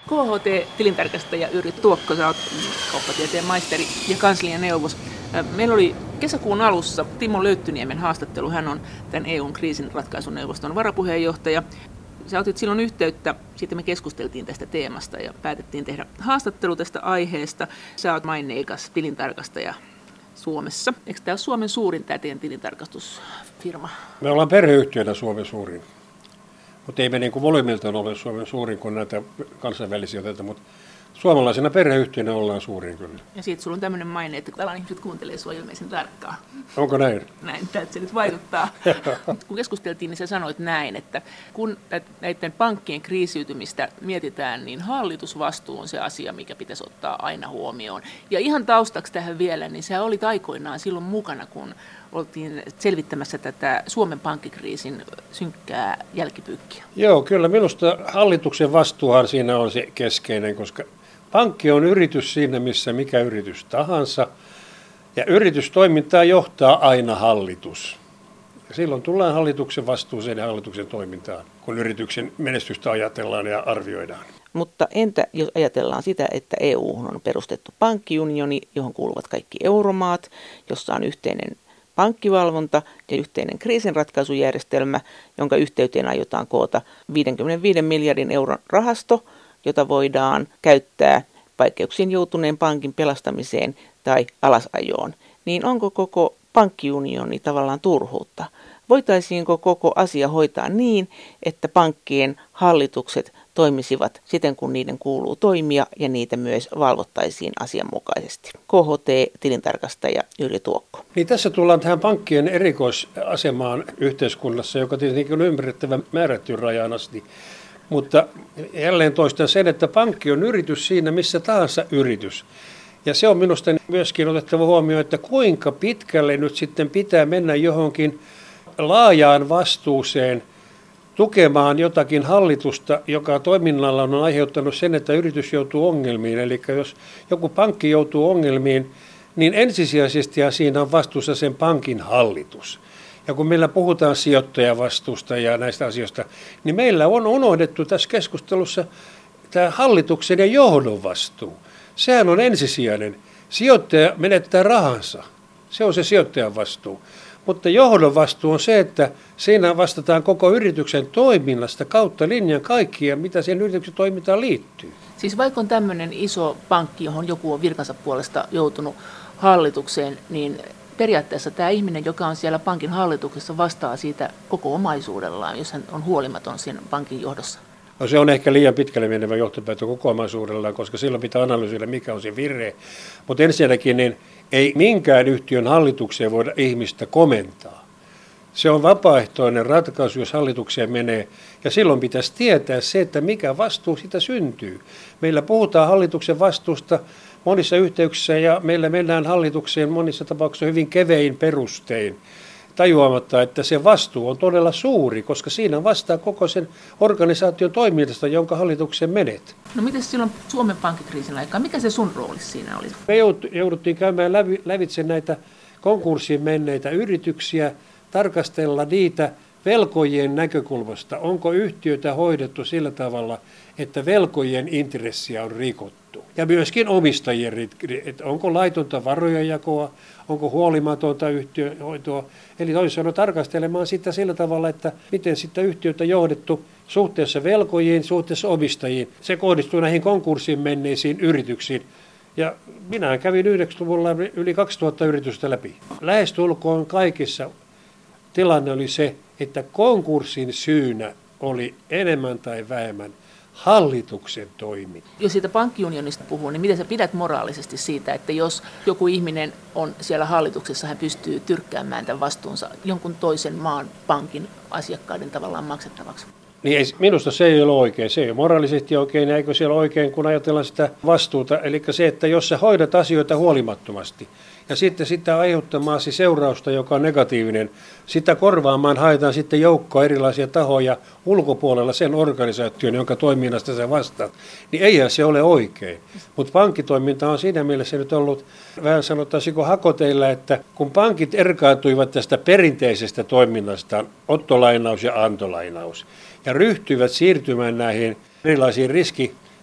KHT-tilintarkastaja Yrjö Tuokko, sä oot kauppatieteen maisteri ja kanslianeuvos. Meillä oli kesäkuun alussa Timo Löyttyniemen haastattelu. Hän on tämän EUn kriisinratkaisuneuvoston varapuheenjohtaja. Sä otit silloin yhteyttä, sitten me keskusteltiin tästä teemasta ja päätettiin tehdä haastattelu tästä aiheesta. Sä oot maineikas tilintarkastaja Suomessa. Eikö tämä ole Suomen suurin tämä teidän tilintarkastusfirma? Me ollaan perheyhtiönä Suomen suurin. Mutta ei me niin kuin volyymiltaan ole Suomen suurin kuin näitä kansainvälisiä tätä, mutta suomalaisena perheyhtiönä ollaan suurin kyllä. Ja siitä sulla on tämmöinen maine, että alan ihmiset kuuntelee sua ilmeisen tarkkaan. Onko näin? Näin, tältä se nyt vaikuttaa. Kun keskusteltiin, niin sä sanoit näin, että kun näiden pankkien kriisiytymistä mietitään, niin hallitusvastuu on se asia, mikä pitäisi ottaa aina huomioon. Ja ihan taustaksi tähän vielä, niin sä olit aikoinaan silloin mukana, kun oltiin selvittämässä tätä Suomen pankkikriisin synkkää jälkipyykkiä. Joo, kyllä minusta hallituksen vastuuhan siinä on se keskeinen, koska pankki on yritys siinä, missä mikä yritys tahansa. Ja yritystoimintaa johtaa aina hallitus. Ja silloin tullaan hallituksen vastuuseen ja hallituksen toimintaan, kun yrityksen menestystä ajatellaan ja arvioidaan. Mutta entä jos ajatellaan sitä, että EU:hun on perustettu pankkiunioni, johon kuuluvat kaikki euromaat, jossa on yhteinen pankkivalvonta ja yhteinen kriisinratkaisujärjestelmä, jonka yhteyteen aiotaan koota 55 miljardin euron rahasto, jota voidaan käyttää vaikeuksiin joutuneen pankin pelastamiseen tai alasajoon, niin onko koko pankkiunioni tavallaan turhuutta? Voitaisiinko koko asia hoitaa niin, että pankkien hallitukset toimisivat siten, kun niiden kuuluu toimia ja niitä myös valvottaisiin asianmukaisesti? KHT-tilintarkastaja Yrjö Tuokko. Niin tässä tullaan tähän pankkien erikoisasemaan yhteiskunnassa, joka tietenkin on ymmärrettävä määrättyyn rajaan asti. Mutta jälleen toistan sen, että pankki on yritys siinä missä tahansa yritys. Ja se on minusta myöskin otettava huomioon, että kuinka pitkälle nyt sitten pitää mennä johonkin laajaan vastuuseen tukemaan jotakin hallitusta, joka toiminnalla on aiheuttanut sen, että yritys joutuu ongelmiin. Eli jos joku pankki joutuu ongelmiin, niin ensisijaisesti siinä on vastuussa sen pankin hallitus. Ja kun meillä puhutaan sijoittajavastuusta ja näistä asioista, niin meillä on unohdettu tässä keskustelussa tämä hallituksen ja johdon vastuu. Sehän on ensisijainen. Sijoittaja menettää rahansa. Se on se sijoittajan vastuu. Mutta johdon vastuu on se, että siinä vastataan koko yrityksen toiminnasta kautta linjan kaikkia, mitä siihen yrityksen toimintaan liittyy. Siis vaikka on tämmöinen iso pankki, johon joku on virkansa puolesta joutunut hallitukseen, niin periaatteessa tämä ihminen, joka on siellä pankin hallituksessa, vastaa siitä koko omaisuudellaan, jos hän on huolimaton siinä pankin johdossa. No se on ehkä liian pitkälle menevä johtopäätö koko omaisuudellaan, koska silloin pitää analysoida, mikä on se virhe. Mutta ensinnäkin niin ei minkään yhtiön hallitukseen voida ihmistä komentaa. Se on vapaaehtoinen ratkaisu, jos hallitukseen menee. Ja silloin pitäisi tietää se, että mikä vastuu sitä syntyy. Meillä puhutaan hallituksen vastuusta monissa yhteyksissä ja meillä mennään hallitukseen monissa tapauksissa hyvin kevein perustein, tajuamatta, että se vastuu on todella suuri, koska siinä vastaa koko sen organisaation toiminnasta, jonka hallitukseen menet. No miten silloin Suomen pankkikriisin aikaa, mikä se sun rooli siinä oli? Me jouduttiin käymään lävitse näitä konkurssiin menneitä yrityksiä, tarkastella niitä velkojien näkökulmasta. Onko yhtiötä hoidettu sillä tavalla, että velkojien intressiä on rikottu? Ja myöskin omistajien, että onko laitonta varojen jakoa, onko huolimatonta yhtiöhoitoa. Eli toisin sanoen tarkastelemaan sitä sillä tavalla, että miten sitä yhtiötä johdettu suhteessa velkojiin, suhteessa omistajiin. Se kohdistuu näihin konkurssiin menneisiin yrityksiin. Ja minä kävin 90-luvulla yli 2000 yritystä läpi. Lähestulkoon kaikissa tilanne oli se, että konkurssin syynä oli enemmän tai vähemmän hallituksen toiminta. Jos siitä pankkiunionista puhuu, niin miten sä pidät moraalisesti siitä, että jos joku ihminen on siellä hallituksessa, hän pystyy tyrkkäämään tämän vastuunsa jonkun toisen maan pankin asiakkaiden tavallaan maksettavaksi? Niin minusta se ei ole oikein. Se ei ole moraalisesti oikein, eikö siellä ole oikein, kun ajatellaan sitä vastuuta. Eli se, että jos sä hoidat asioita huolimattomasti ja sitten sitä aiheuttamaasi seurausta, joka on negatiivinen, sitä korvaamaan haetaan sitten joukkoa erilaisia tahoja ulkopuolella sen organisaation, jonka toiminnasta sä vastaat, niin eihän se ole oikein. Mutta pankkitoiminta on siinä mielessä nyt ollut vähän sanottaisiko hakoteilla, että kun pankit erkaantuivat tästä perinteisestä toiminnastaan, ottolainaus ja antolainaus, ja ryhtyivät siirtymään näihin erilaisiin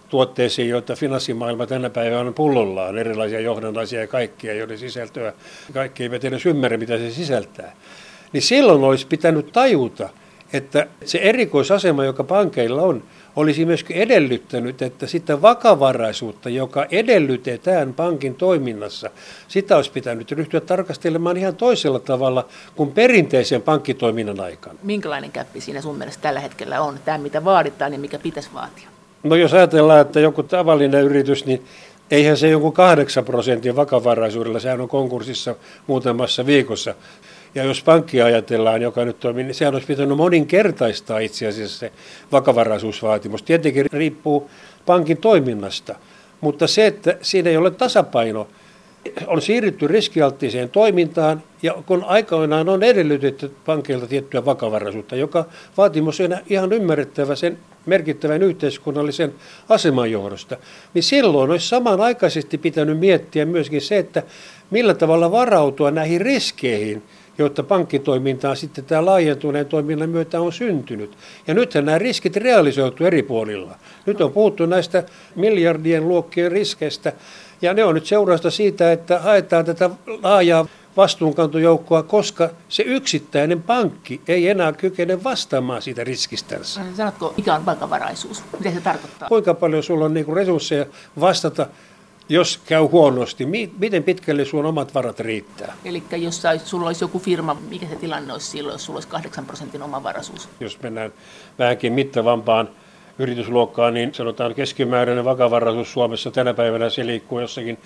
tuotteisiin, joita finanssimaailma tänä päivänä on pullollaan, erilaisia johdannaisia ja kaikkia, joiden sisältöä kaikki eivät edes ymmärrä, mitä se sisältää. Niin silloin olisi pitänyt tajuta, että se erikoisasema, joka pankeilla on, olisi myöskin edellyttänyt, että sitä vakavaraisuutta, joka edellytetään pankin toiminnassa, sitä olisi pitänyt ryhtyä tarkastelemaan ihan toisella tavalla kuin perinteisen pankkitoiminnan aikana. Minkälainen gäppi siinä sun mielestä tällä hetkellä on, tämä mitä vaaditaan ja mikä pitäisi vaatia? No jos ajatellaan, että joku tavallinen yritys, niin eihän se joku 8% vakavaraisuudella, sehän on konkurssissa muutamassa viikossa. Ja jos pankkia ajatellaan, joka nyt toimii, niin sehän olisi pitänyt moninkertaistaa itse asiassa se vakavaraisuusvaatimus. Tietenkin riippuu pankin toiminnasta, mutta se, että siinä ei ole tasapaino, on siirrytty riskialttiseen toimintaan, ja kun aikoinaan on edellytetty pankkeilta tiettyä vakavaraisuutta, joka vaatimus on ihan ymmärrettävä sen merkittävän yhteiskunnallisen aseman johdosta, niin silloin olisi samanaikaisesti pitänyt miettiä myöskin se, että millä tavalla varautua näihin riskeihin, jotta pankkitoimintaan sitten tämä laajentuneen toiminnan myötä on syntynyt. Ja nythän nämä riskit realisoitu eri puolilla. Nyt on puhuttu näistä miljardien luokkien riskeistä, ja ne on nyt seurausta siitä, että haetaan tätä laajaa vastuunkantojoukkoa, koska se yksittäinen pankki ei enää kykene vastaamaan siitä riskistänsä. Sanotko, mikä on vakavaraisuus? Mitä se tarkoittaa? Kuinka paljon sulla on resursseja vastata, jos käy huonosti? Miten pitkälle sun omat varat riittää? Eli jos sulla olisi joku firma, mikä se tilanne olisi silloin, jos sulla olisi 8% omavaraisuus? Jos mennään vähänkin mittavampaan yritysluokkaan, niin sanotaan keskimääräinen vakavaraisuus Suomessa tänä päivänä se liikkuu jossakin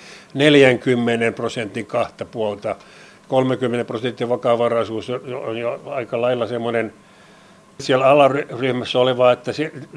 40% kahta puolta. 30% vakavaraisuus on jo aika lailla semmoinen siellä alaryhmässä oleva, että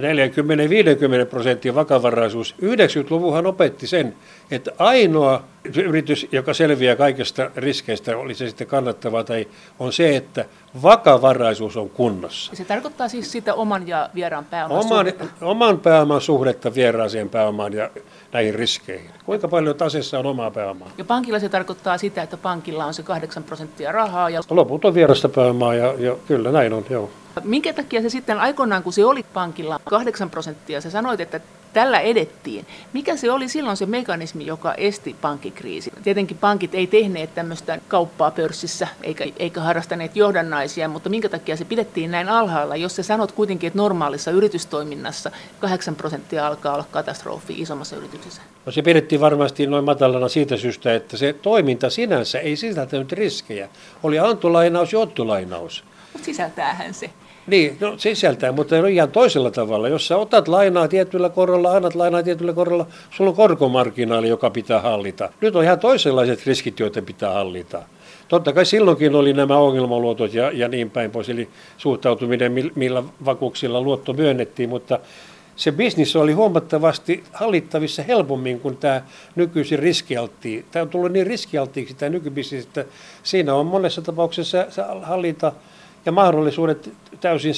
40-50% vakavaraisuus. 90-luvunhan opetti sen, että ainoa yritys, joka selviää kaikista riskeistä, oli se sitten kannattavaa tai on se, että vakavaraisuus on kunnossa. Ja se tarkoittaa siis sitä oman ja vieraan pääoman suhdetta? Oman pääoman suhdetta vieraaseen pääomaan ja näihin riskeihin. Kuinka paljon tasessa on omaa pääomaa? Ja pankilla se tarkoittaa sitä, että pankilla on se 8% rahaa. Ja loput on vierasta pääomaa ja kyllä näin on, joo. Minkä takia se sitten aikoinaan, kun se oli pankilla 8%, sä sanoit, että tällä edettiin. Mikä se oli silloin se mekanismi, joka esti pankkikriisin? Tietenkin pankit ei tehneet tämmöistä kauppaa pörssissä eikä harrastaneet johdannaisia, mutta minkä takia se pidettiin näin alhaalla, jos sä sanot kuitenkin, että normaalissa yritystoiminnassa 8% alkaa olla katastrofi isommassa yrityksessä? No se pidettiin varmasti noin matalana siitä syystä, että se toiminta sinänsä ei sisältänyt riskejä. Oli antolainaus ja ottolainaus. Mutta sisältäähän se. Niin, no sisältää, mutta on ihan toisella tavalla. Jos sä otat lainaa tietyllä korolla, annat lainaa tietyllä korolla, sulla on korkomarginaali, joka pitää hallita. Nyt on ihan toisenlaiset riskit, joita pitää hallita. Totta kai silloinkin oli nämä ongelmaluotot ja niin päin pois, eli suhtautuminen, millä vakuuksilla luotto myönnettiin, mutta se bisnis oli huomattavasti hallittavissa helpommin kuin tämä nykyisin riskialtti. Tämä on tullut niin riskialttiiksi tämä nykybisnis, että siinä on monessa tapauksessa hallinta ja mahdollisuudet täysin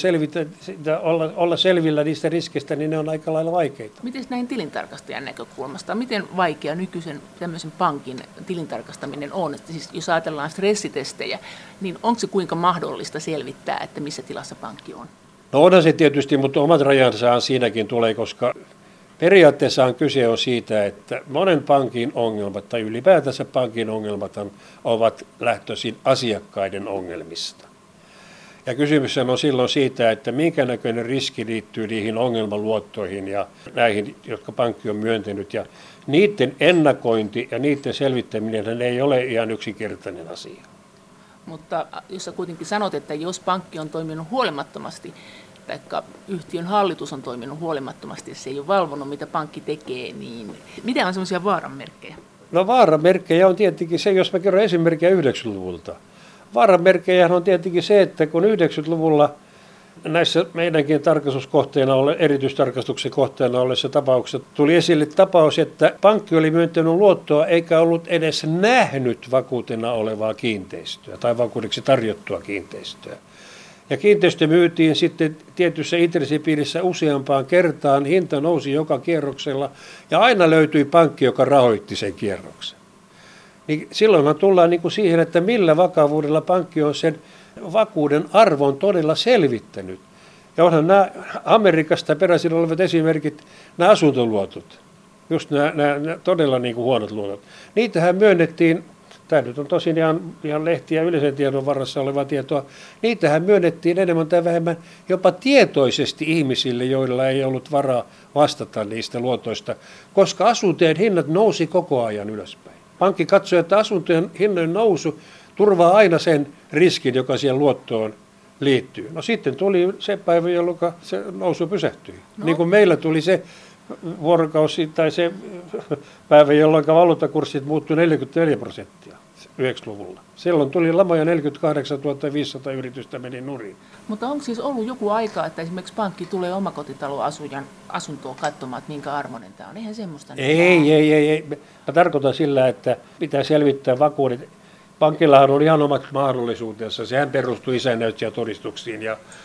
olla selvillä niistä riskeistä, niin ne on aika lailla vaikeita. Miten näin tilintarkastajan näkökulmasta, miten vaikea nykyisen tämmöisen pankin tilintarkastaminen on? Että siis jos ajatellaan stressitestejä, niin onko se kuinka mahdollista selvittää, että missä tilassa pankki on? No onhan se tietysti, mutta omat rajansa siinäkin tulee, koska periaatteessaan kyse on siitä, että monen pankin ongelmat tai ylipäätänsä pankin ongelmat ovat lähtöisin asiakkaiden ongelmista. Ja kysymys on silloin siitä, että minkä näköinen riski liittyy niihin ongelmaluottoihin ja näihin, jotka pankki on myöntänyt. Ja niiden ennakointi ja niiden selvittäminen ei ole ihan yksinkertainen asia. Mutta jos sä kuitenkin sanot, että jos pankki on toiminut huolimattomasti, tai yhtiön hallitus on toiminut huolimattomasti, se ei ole valvonut, mitä pankki tekee, niin mitä on sellaisia vaaranmerkkejä? No vaaranmerkkejä on tietenkin se, jos mä kerron esimerkkejä 90-luvulta. Vaaranmerkkejä on tietenkin se, että kun 90-luvulla näissä meidänkin tarkastuskohteena, erityistarkastuksen kohteena olleissa tapauksissa tuli esille tapaus, että pankki oli myöntänyt luottoa eikä ollut edes nähnyt vakuutena olevaa kiinteistöä tai vakuudeksi tarjottua kiinteistöä. Ja kiinteistö myytiin sitten tietyssä intressipiirissä useampaan kertaan, hinta nousi joka kierroksella ja aina löytyi pankki, joka rahoitti sen kierroksen. Niin silloinhan tullaan niin kuin siihen, että millä vakavuudella pankki on sen vakuuden arvon todella selvittänyt. Ja onhan nämä Amerikasta peräisin olevat esimerkit, nämä asuntoluotot, just nämä todella niin kuin huonot luotot. Niitähän myönnettiin, tämä nyt on tosin ihan lehtiä yleisen tiedon varassa olevaa tietoa, niitähän myönnettiin enemmän tai vähemmän jopa tietoisesti ihmisille, joilla ei ollut varaa vastata niistä luotoista, koska asuntojen hinnat nousi koko ajan ylöspäin. Pankki katsoi, että asuntojen hinnojen nousu turvaa aina sen riskin, joka siihen luottoon liittyy. No sitten tuli se päivä, jolloin se nousu pysähtyi. No. Niin kuin meillä tuli se vuorokausi tai se päivä, jolloin valuuttakurssit muuttui 44% 90-luvulla. Silloin tuli lama ja 48 500 yritystä meni nurin. Mutta onko siis ollut joku aika, että esimerkiksi pankki tulee omakotitaloasujan asuntoa katsomaan, että minkä arvoinen tämä on? Eihän semmoista. Ei. Mä tarkoitan sillä, että pitää selvittää vakuudet. Pankillahan on ihan omat mahdollisuutensa. Sehän perustuu isännöitsijätodistuksiin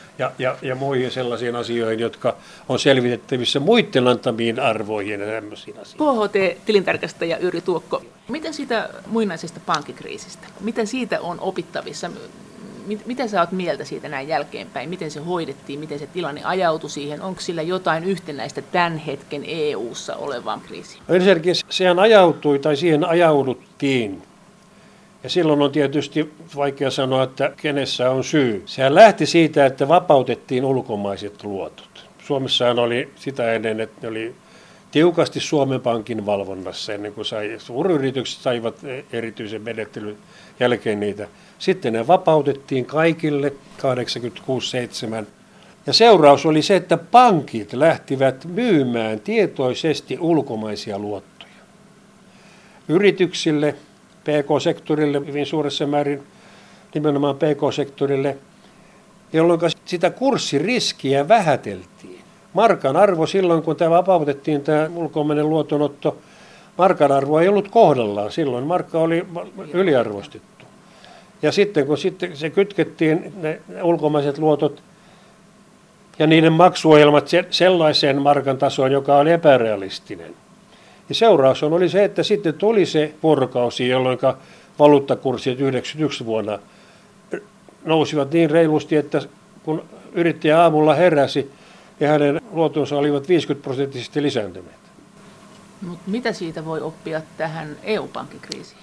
ja muihin sellaisiin asioihin, jotka on selvitettävissä muiden antamiin arvoihin ja tämmöisiin asioihin. KHT-tilintarkastaja Yrjö Tuokko, miten siitä muinaisesta pankkikriisistä, miten siitä on opittavissa? Mitä sä oot mieltä siitä näin jälkeenpäin? Miten se hoidettiin? Miten se tilanne ajautui siihen? Onko sillä jotain yhtenäistä tämän hetken EU:ssa olevaan kriisiin? Ensinnäkin sehän ajautui tai siihen ajauduttiin. Ja silloin on tietysti vaikea sanoa, että kenessä on syy. Sehän lähti siitä, että vapautettiin ulkomaiset luotot. Suomessahan oli sitä ennen, että ne oli tiukasti Suomen Pankin valvonnassa, ennen kuin suuryritykset saivat erityisen menettelyn jälkeen niitä. Sitten ne vapautettiin kaikille 86-7. Ja seuraus oli se, että pankit lähtivät myymään tietoisesti ulkomaisia luottoja yrityksille, PK-sektorille, hyvin suuressa määrin nimenomaan PK-sektorille, jolloin sitä kurssiriskiä vähäteltiin. Markan arvo silloin, kun tämä vapautettiin, tämä ulkomainen luotonotto, markan arvo ei ollut kohdallaan. Silloin markka oli yliarvostettu. Ja sitten kun se kytkettiin, ne ulkomaiset luotot ja niiden maksuohjelmat sellaiseen markan tasoon, joka on epärealistinen, ja seuraus oli se, että sitten tuli se vuorokausi, jolloin valuuttakurssit 91 vuonna nousivat niin reilusti, että kun yrittäjä aamulla heräsi ja hänen luotonsa olivat 50% lisääntyneet. Mutta mitä siitä voi oppia tähän EU-pankkikriisiin?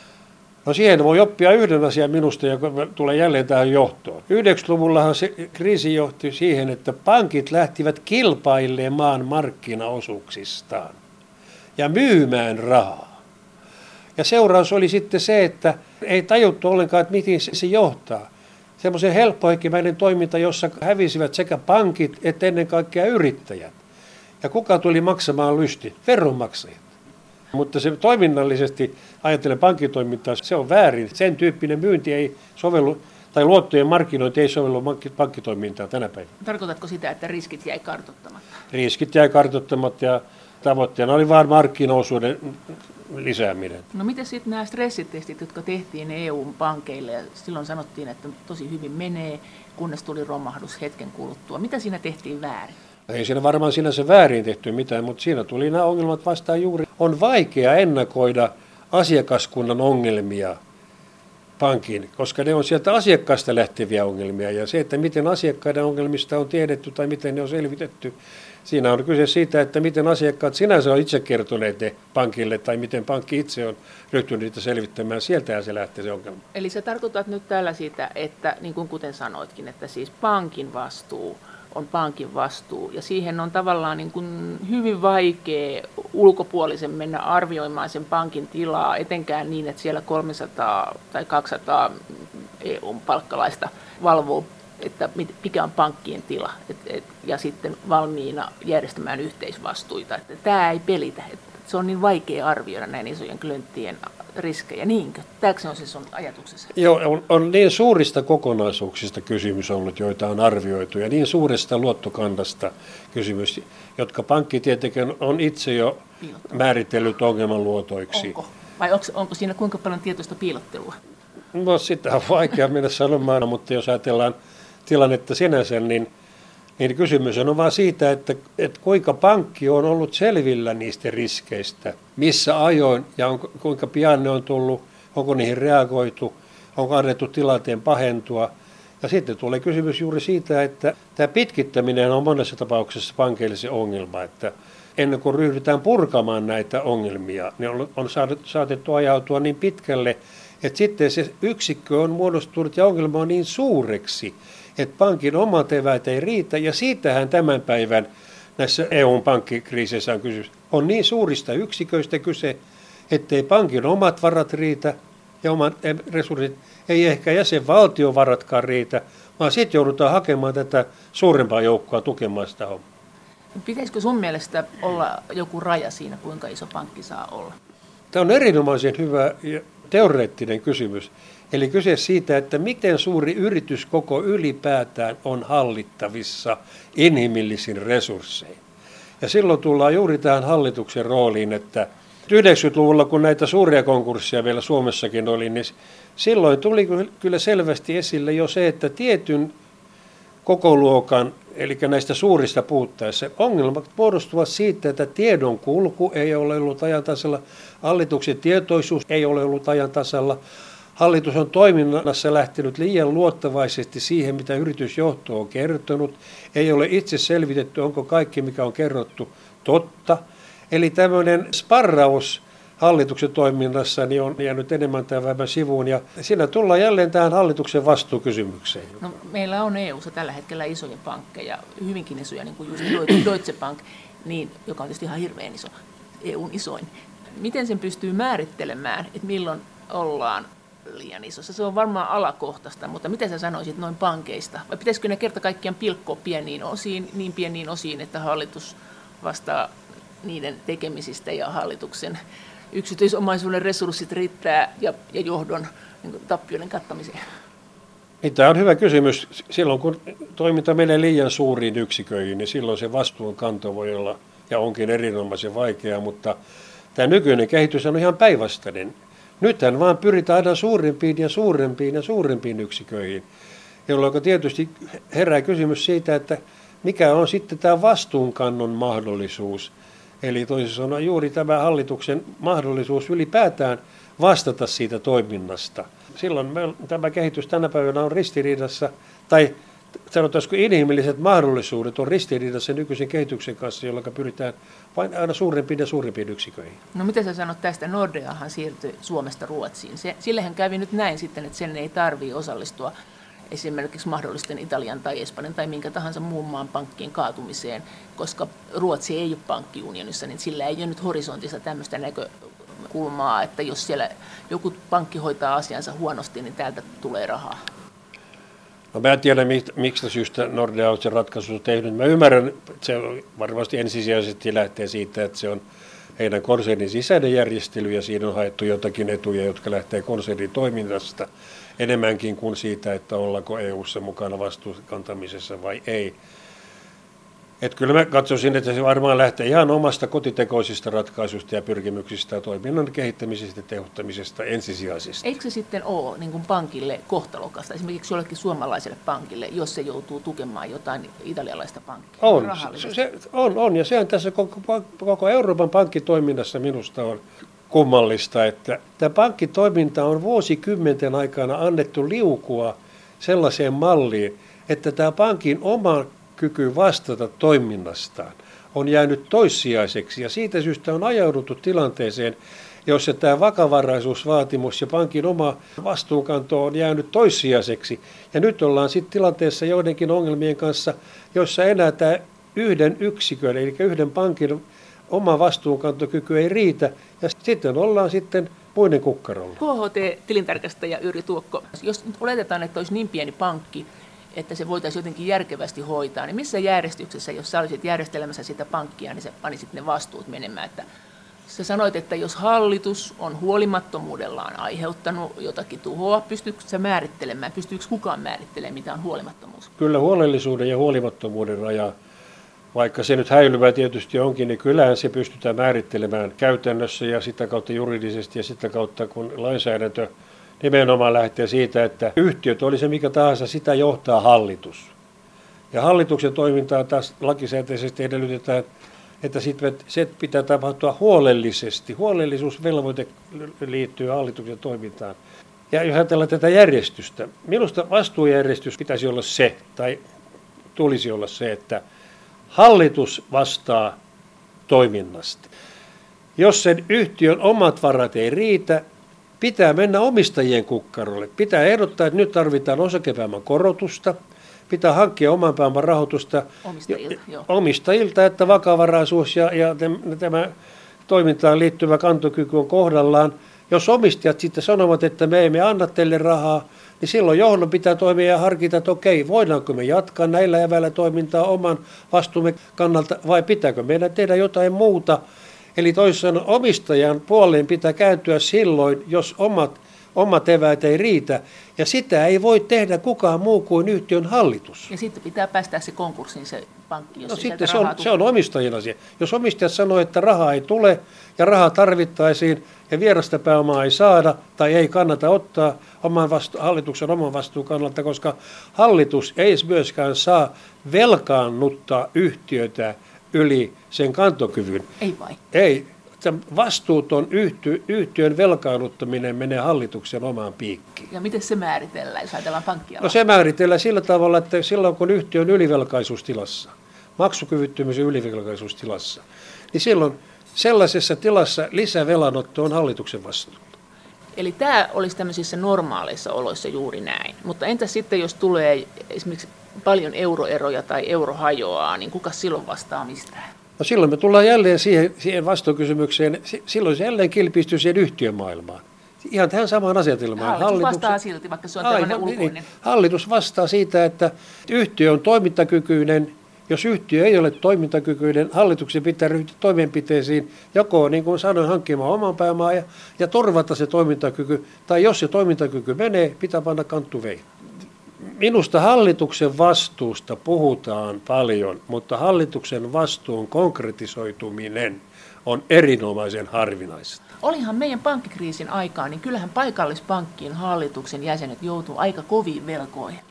No siihen voi oppia yhden asian minusta, joka tulee jälleen tähän johtoon. 90-luvullahan se kriisi johti siihen, että pankit lähtivät kilpailemaan markkinaosuuksistaan ja myymään rahaa. Ja seuraus oli sitten se, että ei tajuttu ollenkaan, että miten se johtaa. Semmoisen helppohekkimäinen toiminta, jossa hävisivät sekä pankit että ennen kaikkea yrittäjät. Ja kuka tuli maksamaan lysti? Veronmaksajat. Mutta se toiminnallisesti, ajattelen pankkitoimintaa, se on väärin. Sen tyyppinen myynti ei sovellu, tai luottojen markkinointi ei sovellu pankkitoimintaan tänä päivänä. Tarkoitatko sitä, että riskit jäi kartoittamatta? Riskit jäi kartoittamatta ja tavoitteena oli vain markkinaosuuden lisääminen. No miten sitten nämä stressitestit, jotka tehtiin EU-pankeille, ja silloin sanottiin, että tosi hyvin menee, kunnes tuli romahdus hetken kuluttua. Mitä siinä tehtiin väärin? Ei siinä varmaan sinänsä väärin tehty mitään, mutta siinä tuli nämä ongelmat vastaan juuri. On vaikea ennakoida asiakaskunnan ongelmia pankin, koska ne on sieltä asiakkaasta lähteviä ongelmia. Ja se, että miten asiakkaiden ongelmista on tiedetty tai miten ne on selvitetty, siinä on kyse siitä, että miten asiakkaat sinänsä on itse kertoneet ne pankille tai miten pankki itse on ryhtynyt niitä selvittämään. Sieltähän se lähtee se ongelma. Eli sä tarkoitat nyt tällä siitä, että niin kuin kuten sanoitkin, että siis pankin vastuu on pankin vastuu ja siihen on tavallaan niin kuin hyvin vaikea ulkopuolisen mennä arvioimaan sen pankin tilaa, etenkään niin, että siellä 300 tai 200 EU-palkkalaista valvoo, että mikä on pankkien tila ja sitten valmiina järjestämään yhteisvastuita. Että tämä ei pelitä. Että se on niin vaikea arvioida näin isojen klönttien riskejä, niinkö? Tämäkö se on se sun ajatuksessa? Joo, on niin suurista kokonaisuuksista kysymys ollut, joita on arvioitu, ja niin suuresta luottokannasta kysymys, jotka pankki tietenkin on itse jo määritellyt ongelmanluotoiksi. Onko? Vai onko siinä kuinka paljon tietoista piilottelua? No sitä on vaikea mennä sanomaan, mutta jos ajatellaan tilannetta sinänsä, niin kysymys on vaan siitä, että kuinka pankki on ollut selvillä niistä riskeistä, missä ajoin ja kuinka pian ne on tullut, onko niihin reagoitu, onko annettu tilanteen pahentua Ja sitten tulee kysymys juuri siitä, että tämä pitkittäminen on monessa tapauksessa pankeille se ongelma, että ennen kuin ryhdytään purkamaan näitä ongelmia, niin on saatettu ajautua niin pitkälle, että sitten se yksikkö on muodostunut ja ongelma on niin suureksi, että pankin omat eväät ei riitä, ja siitähän tämän päivän näissä EUn pankkikriiseissä on kysymys. On niin suurista yksiköistä kyse, ettei pankin omat varat riitä ja omat resurssit, ei ehkä jäsenvaltion varatkaan riitä, vaan sitten joudutaan hakemaan tätä suurempaa joukkoa tukemaan sitä hommaa. Pitäisikö sun mielestä olla joku raja siinä, kuinka iso pankki saa olla? Tämä on erinomaisen hyvä ja teoreettinen kysymys. Eli kyse siitä, että miten suuri yritys koko ylipäätään on hallittavissa inhimillisin resurssein. Ja silloin tullaan juuri tähän hallituksen rooliin, että 90-luvulla, kun näitä suuria konkursseja vielä Suomessakin oli, niin silloin tuli kyllä selvästi esille jo se, että tietyn kokoluokan, eli näistä suurista puhuttaessa, ongelmat muodostuvat siitä, että tiedon kulku ei ole ollut ajan tasalla, hallituksen tietoisuus ei ole ollut ajan tasalla, hallitus on toiminnassa lähtenyt liian luottavaisesti siihen, mitä yritysjohto on kertonut, ei ole itse selvitetty, onko kaikki, mikä on kerrottu, totta. Eli tämmöinen sparraus hallituksen toiminnassa niin on jäänyt enemmän tai vähemmän sivuun, ja siinä tullaan jälleen tähän hallituksen vastuukysymykseen. No, meillä on EU:ssa tällä hetkellä isoja pankkeja, hyvinkin isoja, niin kuin just Deutsche Bank, niin, joka on tietysti ihan hirveän iso, EUn isoin. Miten sen pystyy määrittelemään, että milloin ollaan liian isossa? Se on varmaan alakohtaista, mutta mitä sä sanoisit noin pankeista? Vai pitäisikö ne kerta kaikkiaan pilkkoa niin pieniin osiin, että hallitus vastaa niiden tekemisistä ja hallituksen yksityisomaisuuden resurssit riittää ja johdon niin tappioiden kattamiseen? Tämä on hyvä kysymys. Silloin kun toiminta menee liian suuriin yksiköihin, niin silloin se vastuunkanto voi olla ja onkin erinomaisen vaikeaa, mutta tämä nykyinen kehitys on ihan päinvastainen. Nythän vaan pyritään aina suurempiin ja suurempiin ja suurempiin yksiköihin, jolloin tietysti herää kysymys siitä, että mikä on sitten tämä vastuunkannon mahdollisuus. Eli toisin sanoen juuri tämä hallituksen mahdollisuus ylipäätään vastata siitä toiminnasta. Silloin tämä kehitys tänä päivänä on ristiriidassa, tai sanotaanko inhimilliset mahdollisuudet on ristiriidassa nykyisen kehityksen kanssa, jolloin pyritään vain aina suurempiin ja suurempiin yksiköihin. No mitä sä sanot tästä? Nordeahan siirtyi Suomesta Ruotsiin. Sillehän kävi nyt näin sitten, että sen ei tarvitse osallistua esimerkiksi mahdollisten Italian tai Espanjan tai minkä tahansa muun maan pankkien kaatumiseen, koska Ruotsi ei ole pankkiunionissa, niin sillä ei ole nyt horisontissa tämmöistä näkökulmaa, että jos siellä joku pankki hoitaa asiansa huonosti, niin täältä tulee rahaa. No mä en tiedä, miksi syystä Nordea on sen ratkaisun tehnyt. Mä ymmärrän, että se varmasti ensisijaisesti lähtee siitä, että se on heidän konsernin sisäinen järjestely ja siinä on haettu jotakin etuja, jotka lähtee konsernin toiminnasta enemmänkin kuin siitä, että ollaanko EU:ssa mukana vastuunkantamisessa vai ei. Että kyllä mä katsoisin, että se varmaan lähtee ihan omasta kotitekoisista ratkaisuista ja pyrkimyksistä ja toiminnan kehittämisestä ja tehottamisesta ensisijaisesti. Eikö se sitten ole niin kuin pankille kohtalokasta, esimerkiksi jollekin suomalaiselle pankille, jos se joutuu tukemaan jotain italialaista pankkia? On, ja sehän tässä koko Euroopan pankkitoiminnassa minusta on kummallista, että tämä pankkitoiminta on vuosikymmenten aikana annettu liukua sellaiseen malliin, että tämä pankin oma kyky vastata toiminnastaan on jäänyt toissijaiseksi ja siitä syystä on ajauduttu tilanteeseen, jossa tämä vakavaraisuusvaatimus ja pankin oma vastuunkanto on jäänyt toissijaiseksi. Ja nyt ollaan sitten tilanteessa joidenkin ongelmien kanssa, jossa enää tämä yhden yksikön, eli yhden pankin oma vastuunkantokyky ei riitä ja sitten ollaan sitten muiden kukkarolla. KHT-tilintarkastaja Yrjö Tuokko, jos nyt oletetaan, että olisi niin pieni pankki, että se voitaisiin jotenkin järkevästi hoitaa, niin missä järjestyksessä, jos sä olisit järjestelemässä sitä pankkia, niin sä panisit ne vastuut menemään? Että sä sanoit, että jos hallitus on huolimattomuudellaan aiheuttanut jotakin tuhoa, pystyykö sä määrittelemään, pystyykö kukaan määrittelemään, mitä on huolimattomuus? Kyllä huolellisuuden ja huolimattomuuden raja, vaikka se nyt häilyvä tietysti onkin, niin kyllähän se pystytään määrittelemään käytännössä ja sitä kautta juridisesti ja sitä kautta, kun lainsäädäntö nimenomaan lähtee siitä, että yhtiöt, oli se mikä tahansa, sitä johtaa hallitus. Ja hallituksen toimintaa taas lakisääteisesti edellytetään, että se pitää tapahtua huolellisesti. Huolellisuusvelvoite liittyy hallituksen toimintaan. Ja jos ajatellaan tätä järjestystä, minusta vastuujärjestys pitäisi olla se, tai tulisi olla se, että hallitus vastaa toiminnasta. Jos sen yhtiön omat varat ei riitä, pitää mennä omistajien kukkarolle. Pitää ehdottaa, että nyt tarvitaan osakepääoman korotusta. Pitää hankkia oman pääoman rahoitusta omistajilta, että vakavaraisuus ja tämä toimintaan liittyvä kantokyky on kohdallaan. Jos omistajat sitten sanovat, että me emme anna teille rahaa, niin silloin johdon pitää toimia ja harkita, että okei, voidaanko me jatkaa näillä eväillä toimintaa oman vastuumme kannalta vai pitääkö meidän tehdä jotain muuta. Eli toisin sanoen omistajan puoleen pitää kääntyä silloin, jos omat eväät ei riitä, ja sitä ei voi tehdä kukaan muu kuin yhtiön hallitus. Ja sitten pitää päästää se konkurssiin se pankki, jos sitten se on omistajien asia. Jos omistajat sanoo, että rahaa ei tule ja rahaa tarvittaisiin ja vierasta pääomaa ei saada tai ei kannata ottaa hallituksen oman vastuun kannalta, koska hallitus ei myöskään saa velkaannuttaa yhtiötä yli sen kantokyvyn. Ei vai? Ei. Vastuuton yhtiön velkaannuttaminen menee hallituksen omaan piikkiin. Ja miten se määritellään, jos ajatellaan pankkia? No se määritellään sillä tavalla, että silloin kun yhtiö on ylivelkaisuustilassa, maksukyvyttömyys ja ylivelkaisuustilassa, niin silloin sellaisessa tilassa lisävelanotto on hallituksen vastuulla. Eli tämä olisi tämmöisissä normaaleissa oloissa juuri näin. Mutta entäs sitten, jos tulee esimerkiksi paljon euroeroja tai euro hajoaa, niin kuka silloin vastaa mistään? No silloin me tullaan jälleen siihen vastuukysymykseen, silloin se jälleen kilpistyy siihen yhtiömaailmaan. Ihan tähän samaan asetelmaan. Hallitus vastaa silti, vaikka se on tämmöinen ulkoinen. Niin, hallitus vastaa siitä, että yhtiö on toimintakykyinen. Jos yhtiö ei ole toimintakykyinen, hallituksen pitää ryhtyä toimenpiteisiin, joko niin kuin sanoin, hankkimaan oman pääomaa ja turvata se toimintakyky, tai jos se toimintakyky menee, pitää panna kanttu vei. Minusta hallituksen vastuusta puhutaan paljon, mutta hallituksen vastuun konkretisoituminen on erinomaisen harvinaista. Olihan meidän pankkikriisin aikaan, niin kyllähän paikallispankkien hallituksen jäsenet joutuu aika koviin velkoihin.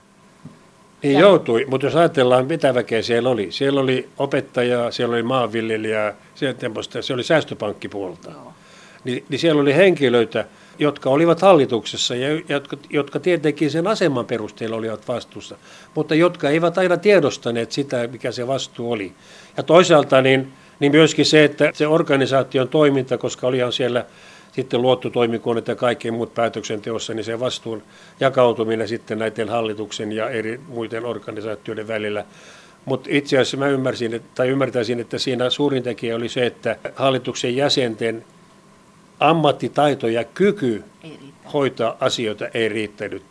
Niin joutui, mutta jos ajatellaan, mitä väkeä siellä oli. Siellä oli opettajaa, siellä oli maanviljelijää, se oli säästöpankkipuolta. Niin siellä oli henkilöitä, jotka olivat hallituksessa ja jotka tietenkin sen aseman perusteella olivat vastuussa, mutta jotka eivät aina tiedostaneet sitä, mikä se vastuu oli. Ja toisaalta niin myöskin se, että se organisaation toiminta, koska olihan siellä sitten luottotoimikunnat ja kaikki muut päätöksenteossa, niin se vastuun jakautuminen sitten näiden hallituksen ja eri muiden organisaatioiden välillä. Mutta itse asiassa mä ymmärtäisin, että siinä suurin tekijä oli se, että hallituksen jäsenten ammattitaito ja kyky hoitaa asioita ei riittänyt.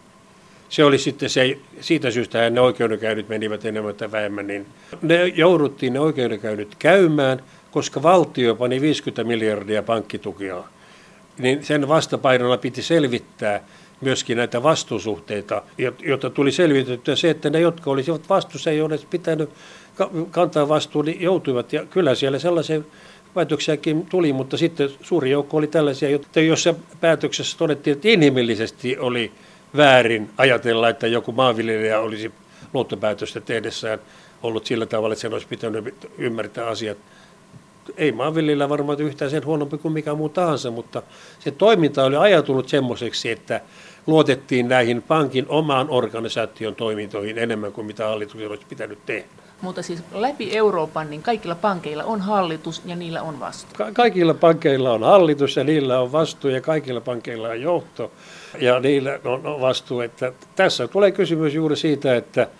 Se oli sitten siitä syystä ne oikeudenkäynnit menivät enemmän tai vähemmän, niin jouduttiin ne oikeudenkäynnit käymään, koska valtio pani 50 miljardia pankkitukia. Niin sen vastapainolla piti selvittää myöskin näitä vastuusuhteita, jotta tuli selvitettyä se, että ne, jotka olisivat vastuussa, ei olisi pitänyt kantaa vastuun, niin joutuivat. Ja kyllä siellä sellaisia päätöksiäkin tuli, mutta sitten suuri joukko oli tällaisia, joissa päätöksessä todettiin, että inhimillisesti oli väärin ajatella, että joku maanviljelijä olisi luottopäätöstä tehdessään ollut sillä tavalla, että sen olisi pitänyt ymmärtää asiat. Ei maanviljelijä varmaan yhtään sen huonompi kuin mikä muu tahansa, mutta se toiminta oli ajatellut semmoiseksi, että luotettiin näihin pankin omaan organisaation toimintoihin enemmän kuin mitä hallituksen olisi pitänyt tehdä. Mutta siis läpi Euroopan, niin kaikilla pankeilla on hallitus ja niillä on vastuu. Kaikilla pankeilla on hallitus ja niillä on vastuu ja kaikilla pankeilla on johto ja niillä on vastuu. Että tässä tulee kysymys juuri siitä,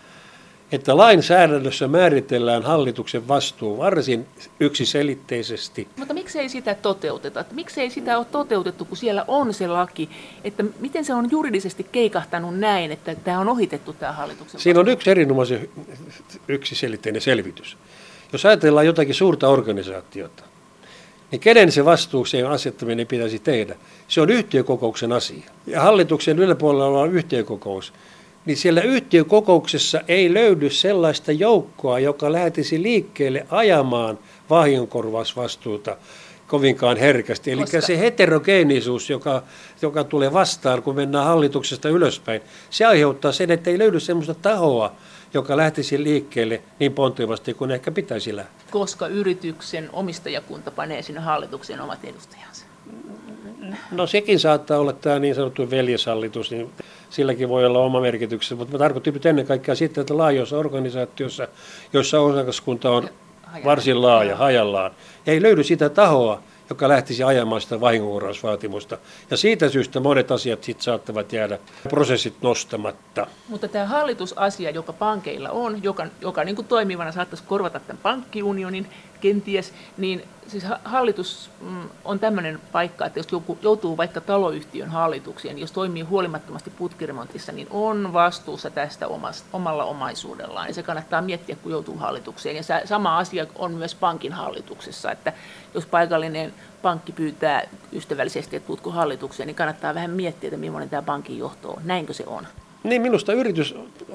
että lainsäädännössä määritellään hallituksen vastuu varsin yksiselitteisesti. Mutta miksei sitä toteuteta? Miksei sitä ole toteutettu, kun siellä on se laki? Että miten se on juridisesti keikahtanut näin, että tämä on ohitettu tämä hallituksen Siinä on yksi erinomaisen yksiselitteinen selvitys. Jos ajatellaan jotakin suurta organisaatiota, niin kenen se vastuuseen asettaminen pitäisi tehdä? Se on yhtiökokouksen asia. Ja hallituksen yläpuolella on yhtiökokous. Niin siellä yhtiökokouksessa ei löydy sellaista joukkoa, joka lähtisi liikkeelle ajamaan vahingonkorvausvastuuta kovinkaan herkästi. Eli se heterogeenisuus, joka tulee vastaan, kun mennään hallituksesta ylöspäin, se aiheuttaa sen, että ei löydy sellaista tahoa, joka lähtisi liikkeelle niin pontevasti kuin ehkä pitäisi lähteä. Koska yrityksen omistajakunta panee sinne hallitukseen omat edustajansa. No sekin saattaa olla tämä niin sanottu veljeshallitus, niin silläkin voi olla oma merkityksensä, mutta mä tarkoitin nyt ennen kaikkea sitten, että laajoissa organisaatioissa, joissa osakaskunta on varsin laaja, hajallaan, ei löydy sitä tahoa, joka lähtisi ajamaan sitä vahingonkorvausvaatimusta. Ja siitä syystä monet asiat sitten saattavat jäädä prosessit nostamatta. Mutta tämä hallitusasia, joka pankeilla on, joka niin kuin toimivana saattaisi korvata tämän pankkiunionin kenties, niin siis hallitus on tämmöinen paikka, että jos joutuu vaikka taloyhtiön hallitukseen, jos toimii huolimattomasti putkiremontissa, niin on vastuussa tästä omalla omaisuudellaan. Ja se kannattaa miettiä, kun joutuu hallitukseen. Ja sama asia on myös pankin hallituksessa, että jos paikallinen pankki pyytää ystävällisesti, että tuutko hallitukseen, niin kannattaa vähän miettiä, että millainen tämä pankin johto on. Näinkö se on? Niin minusta yritys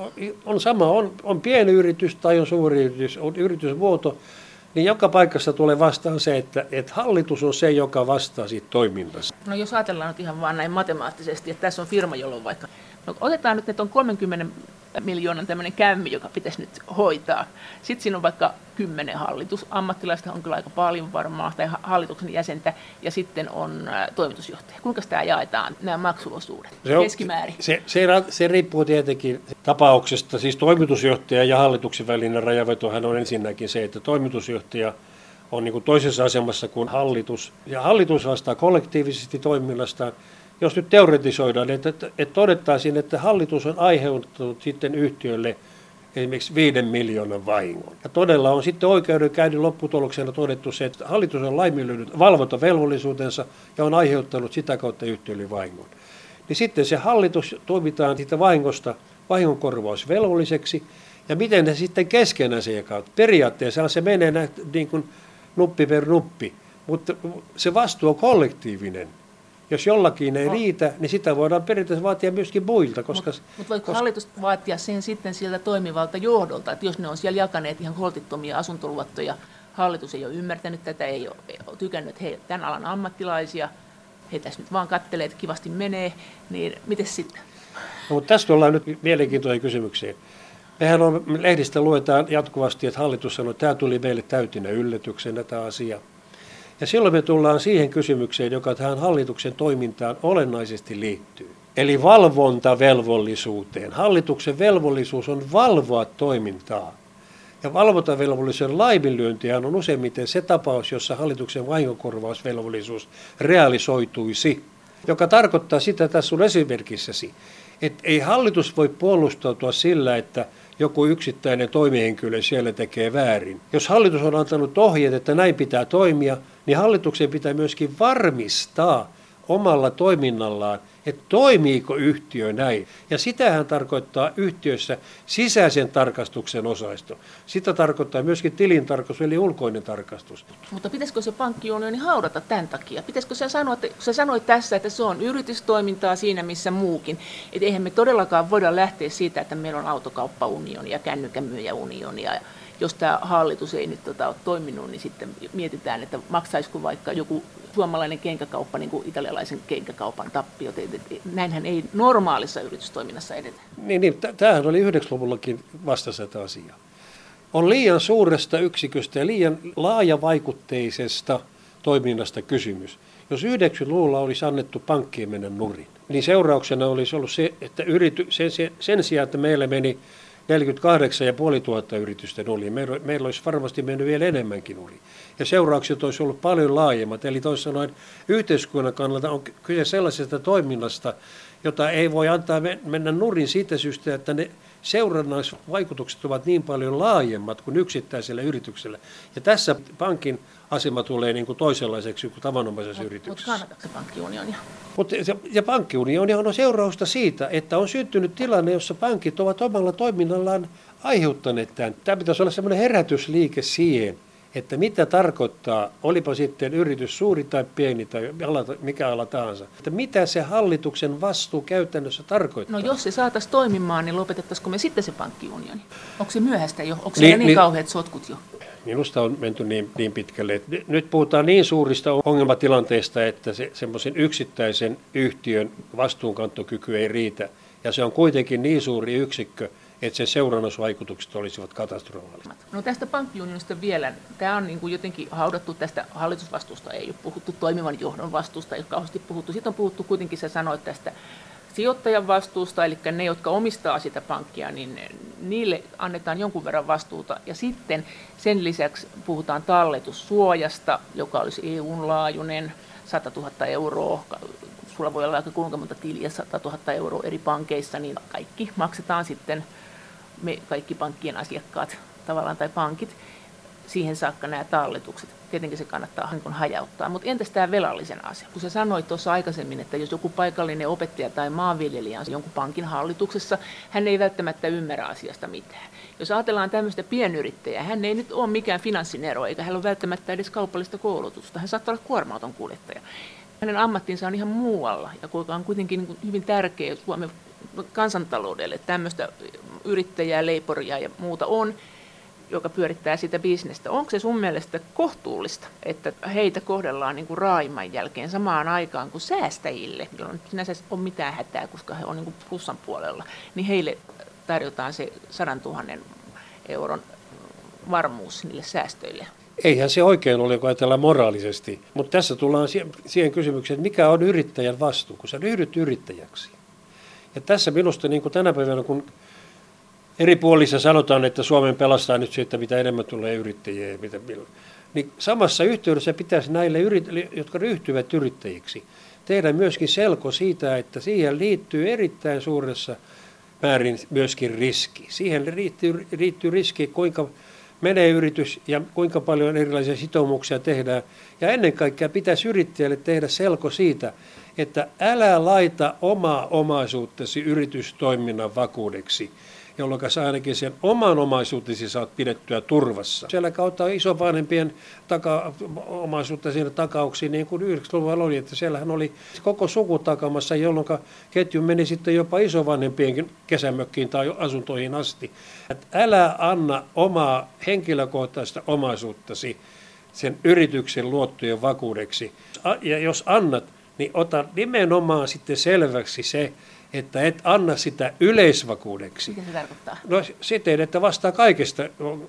on sama, on pieni yritys tai on suuri yritys, on yritysmuoto, niin joka paikassa tulee vastaan se, että hallitus on se, joka vastaa siitä toiminnasta. No jos ajatellaan nyt ihan vaan näin matemaattisesti, että tässä on firma, jolla on vaikka, no otetaan nyt, että on 30 miljoonan tämmöinen kämmi, joka pitäisi nyt hoitaa. Sitten siinä on vaikka 10 ammattilaista on kyllä aika paljon varmaan, tai hallituksen jäsentä, ja sitten on toimitusjohtaja. Kuinka tämä jaetaan, nämä maksuosuudet keskimäärin? Se riippuu tietenkin tapauksesta. Siis toimitusjohtaja ja hallituksen välinen rajavetohan on ensinnäkin se, että toimitusjohtaja on niin kuin toisessa asemassa kuin hallitus, ja hallitus vastaa kollektiivisesti toiminnastaan. Jos nyt teoretisoidaan, että todettaisiin, että hallitus on aiheuttanut sitten yhtiölle esimerkiksi 5 miljoonan vahingon. Ja todella on sitten oikeudenkäynnin lopputuloksena todettu se, että hallitus on laiminlyönyt valvontavelvollisuutensa ja on aiheuttanut sitä kautta yhtiölle vahingon. Niin sitten se hallitus toimitaan siitä vahingosta vahingonkorvausvelvolliseksi, ja miten ne sitten keskenään se jakaa. Periaatteessa se menee niin kuin nuppi per nuppi, mutta se vastuu on kollektiivinen. Jos jollakin ei riitä, niin sitä voidaan periaatteessa vaatia myöskin muilta. Mutta voiko hallitus vaatia sen sitten sieltä toimivalta johdolta, että jos ne on siellä jakaneet ihan holtittomia asuntoluottoja, hallitus ei ole ymmärtänyt tätä, ei ole tykännyt, että he tämän alan ammattilaisia, he tässä nyt vaan katselee, että kivasti menee, niin miten sitten? No, mutta tästä ollaan nyt mielenkiintoinen kysymykseen. Mehän lehdistä luetaan jatkuvasti, että hallitus sanoo, että tämä tuli meille täytinä yllätyksenä tämä asia. Ja silloin me tullaan siihen kysymykseen, joka tähän hallituksen toimintaan olennaisesti liittyy. Eli valvontavelvollisuuteen. Hallituksen velvollisuus on valvoa toimintaa. Ja valvontavelvollisuuden laiminlyöntihän on useimmiten se tapaus, jossa hallituksen vahingonkorvausvelvollisuus realisoituisi. Joka tarkoittaa sitä tässä sun esimerkissäsi, että ei hallitus voi puolustautua sillä, että joku yksittäinen toimihenkilö siellä tekee väärin. Jos hallitus on antanut ohjeet, että näin pitää toimia, niin hallituksen pitää myöskin varmistaa omalla toiminnallaan, että toimiiko yhtiö näin. Ja sitähän tarkoittaa yhtiössä sisäisen tarkastuksen osaisto. Sitä tarkoittaa myöskin tilintarkastus eli ulkoinen tarkastus. Mutta pitäisikö se pankkiunioni haudata tämän takia? Pitäisikö se sanoa, että sä sanoit tässä, että se on yritystoimintaa siinä missä muukin. Että eihän me todellakaan voida lähteä siitä, että meillä on autokauppaunioni ja kännykänmyyjäunioni. Ja jos tämä hallitus ei nyt ole toiminut, niin sitten mietitään, että maksaisiko vaikka joku suomalainen kenkäkauppa niin kuin italialaisen kenkäkaupan tappiot. Näinhän ei normaalissa yritystoiminnassa edetä. Niin, tämähän oli 90-luvullakin vastassa tätä asiaa. On liian suuresta yksiköstä ja liian laajavaikutteisesta toiminnasta kysymys. Jos 90-luvulla olisi annettu pankkien mennä nurin, niin seurauksena olisi ollut se, että sen sijaan, että meillä meni 48 500 yritystä nurin, meillä olisi varmasti mennyt vielä enemmänkin nurin. Ja seuraukset olisi ollut paljon laajemmat. Eli toisin sanoen yhteiskunnan kannalta on kyse sellaisesta toiminnasta, jota ei voi antaa mennä nurin siitä syystä, että ne seurannaisvaikutukset ovat niin paljon laajemmat kuin yksittäisellä yrityksellä. Ja tässä pankin asema tulee niin kuin toisenlaiseksi kuin tavanomaisessa yrityksessä. Mutta kannatatko pankkiunionia? Ja pankkiunioni on seurausta siitä, että on syntynyt tilanne, jossa pankit ovat omalla toiminnallaan aiheuttaneet tämän. Tämä pitäisi olla sellainen herätysliike siihen, että mitä tarkoittaa, olipa sitten yritys suuri tai pieni tai mikä ala tahansa, että mitä se hallituksen vastuu käytännössä tarkoittaa. No jos se saataisiin toimimaan, niin lopetettaisiko me sitten se pankkiunioni? Onko se myöhäistä jo? Onko siellä niin kauheat sotkut jo? Minusta on menty niin pitkälle. Nyt puhutaan niin suurista ongelmatilanteista, että semmoisen yksittäisen yhtiön vastuunkantokyky ei riitä. Ja se on kuitenkin niin suuri yksikkö, että sen seurannusvaikutukset olisivat katastrofaaliset. No tästä pankkiunionista vielä. Tämä on niin kuin jotenkin haudattu tästä hallitusvastuusta, ei ole puhuttu toimivan johdon vastuusta, ei ole kauheasti puhuttu. Sitten on puhuttu kuitenkin, sä sanoit tästä sijoittajan vastuusta, eli ne, jotka omistaa sitä pankkia, niin niille annetaan jonkun verran vastuuta. Ja sitten sen lisäksi puhutaan talletussuojasta, joka olisi EU:n laajuinen, 100 000 euroa. Sulla voi olla aika kuinka monta tiliä, 100 000 euroa eri pankeissa, niin kaikki maksetaan sitten, me kaikki pankkien asiakkaat tavallaan tai pankit, siihen saakka nämä talletukset. Tietenkin se kannattaa hajauttaa, mutta entäs tämä velallisen asia? Kun sä sanoit tuossa aikaisemmin, että jos joku paikallinen opettaja tai maanviljelijä on jonkun pankin hallituksessa, hän ei välttämättä ymmärrä asiasta mitään. Jos ajatellaan tämmöistä pienyrittäjää, hän ei nyt ole mikään finanssinero, eikä hän ole välttämättä edes kaupallista koulutusta. Hän saattaa olla kuorma-auton kuljettaja. Hänen ammattinsa on ihan muualla, ja kuinka on kuitenkin hyvin tärkeä Suomen kansantaloudelle tämmöistä yrittäjää, leiporia ja muuta on, joka pyörittää sitä bisnestä. Onko se sun mielestä kohtuullista, että heitä kohdellaan niin kuin raaimman jälkeen samaan aikaan kuin säästäjille, joilla sinänsä on mitään hätää, koska he on niin kuin plussan puolella, niin heille tarjotaan se 100 000 euron varmuus niille säästöille? Eihän se oikein ole, kun ajatellaan moraalisesti, mutta tässä tullaan siihen kysymykseen, että mikä on yrittäjän vastuu, kun sä ryhdyt yrittäjäksi. Ja tässä minusta niin kuin tänä päivänä, kun eri puolissa sanotaan, että Suomen pelastaa nyt se, että mitä enemmän tulee yrittäjiä, niin samassa yhteydessä pitäisi näille, jotka ryhtyvät yrittäjiksi, tehdä myöskin selko siitä, että siihen liittyy erittäin suuressa määrin myöskin riski. Siihen liittyy riski, kuinka menee yritys ja kuinka paljon erilaisia sitoumuksia tehdään. Ja ennen kaikkea pitäisi yrittäjälle tehdä selko siitä, että älä laita omaa omaisuuttesi yritystoiminnan vakuudeksi, jolloin sä ainakin sen oman omaisuutesi saat pidettyä turvassa. Siellä kautta isovanhempien omaisuutta siinä takauksiin, niin kuin 90-luvulla oli, että siellähän oli koko suku takamassa, jolloin ketju meni sitten jopa isovanhempien kesämökkiin tai asuntoihin asti. Että älä anna omaa henkilökohtaista omaisuuttasi sen yrityksen luottojen vakuudeksi. Ja jos annat, niin ota nimenomaan sitten selväksi se, että et anna sitä yleisvakuudeksi. Mitä se tarkoittaa? No siten, että vastaa kaikesta,